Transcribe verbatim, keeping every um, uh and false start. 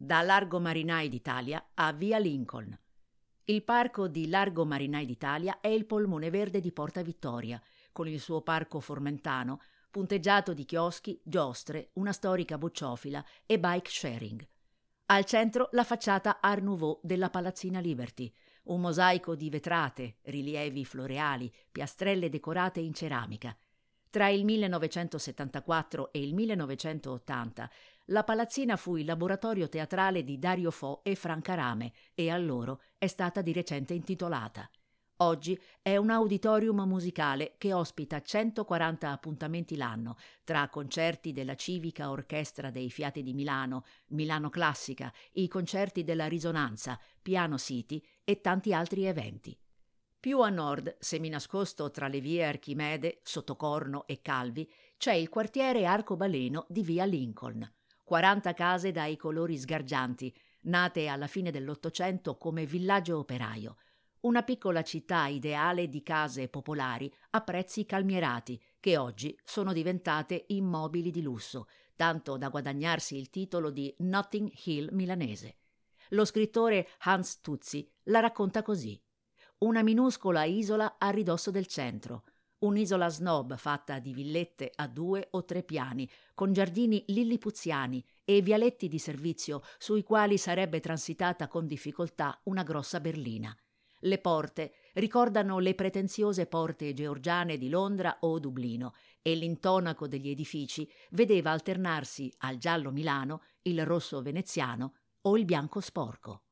da Largo Marinai d'Italia a Via Lincoln. Il parco di Largo Marinai d'Italia è il polmone verde di Porta Vittoria, con il suo parco formentano, punteggiato di chioschi, giostre, una storica bocciofila e bike sharing. Al centro la facciata Art Nouveau della Palazzina Liberty, un mosaico di vetrate, rilievi floreali, piastrelle decorate in ceramica. Tra il millenovecentosettantaquattro e il millenovecentottanta la palazzina fu il laboratorio teatrale di Dario Fo e Franca Rame e a loro è stata di recente intitolata. Oggi è un auditorium musicale che ospita centoquaranta appuntamenti l'anno, tra concerti della Civica Orchestra dei Fiati di Milano, Milano Classica, i concerti della Risonanza, Piano City e tanti altri eventi. Più a nord, seminascosto tra le vie Archimede, Sottocorno e Calvi, c'è il quartiere arcobaleno di Via Lincoln. quaranta case dai colori sgargianti, nate alla fine dell'Ottocento come villaggio operaio. Una piccola città ideale di case popolari a prezzi calmierati, che oggi sono diventate immobili di lusso, tanto da guadagnarsi il titolo di Notting Hill milanese. Lo scrittore Hans Tuzzi la racconta così. Una minuscola isola a ridosso del centro, un'isola snob fatta di villette a due o tre piani, con giardini lillipuziani e vialetti di servizio sui quali sarebbe transitata con difficoltà una grossa berlina. Le porte ricordano le pretenziose porte georgiane di Londra o Dublino e l'intonaco degli edifici vedeva alternarsi al giallo Milano, il rosso veneziano o il bianco sporco.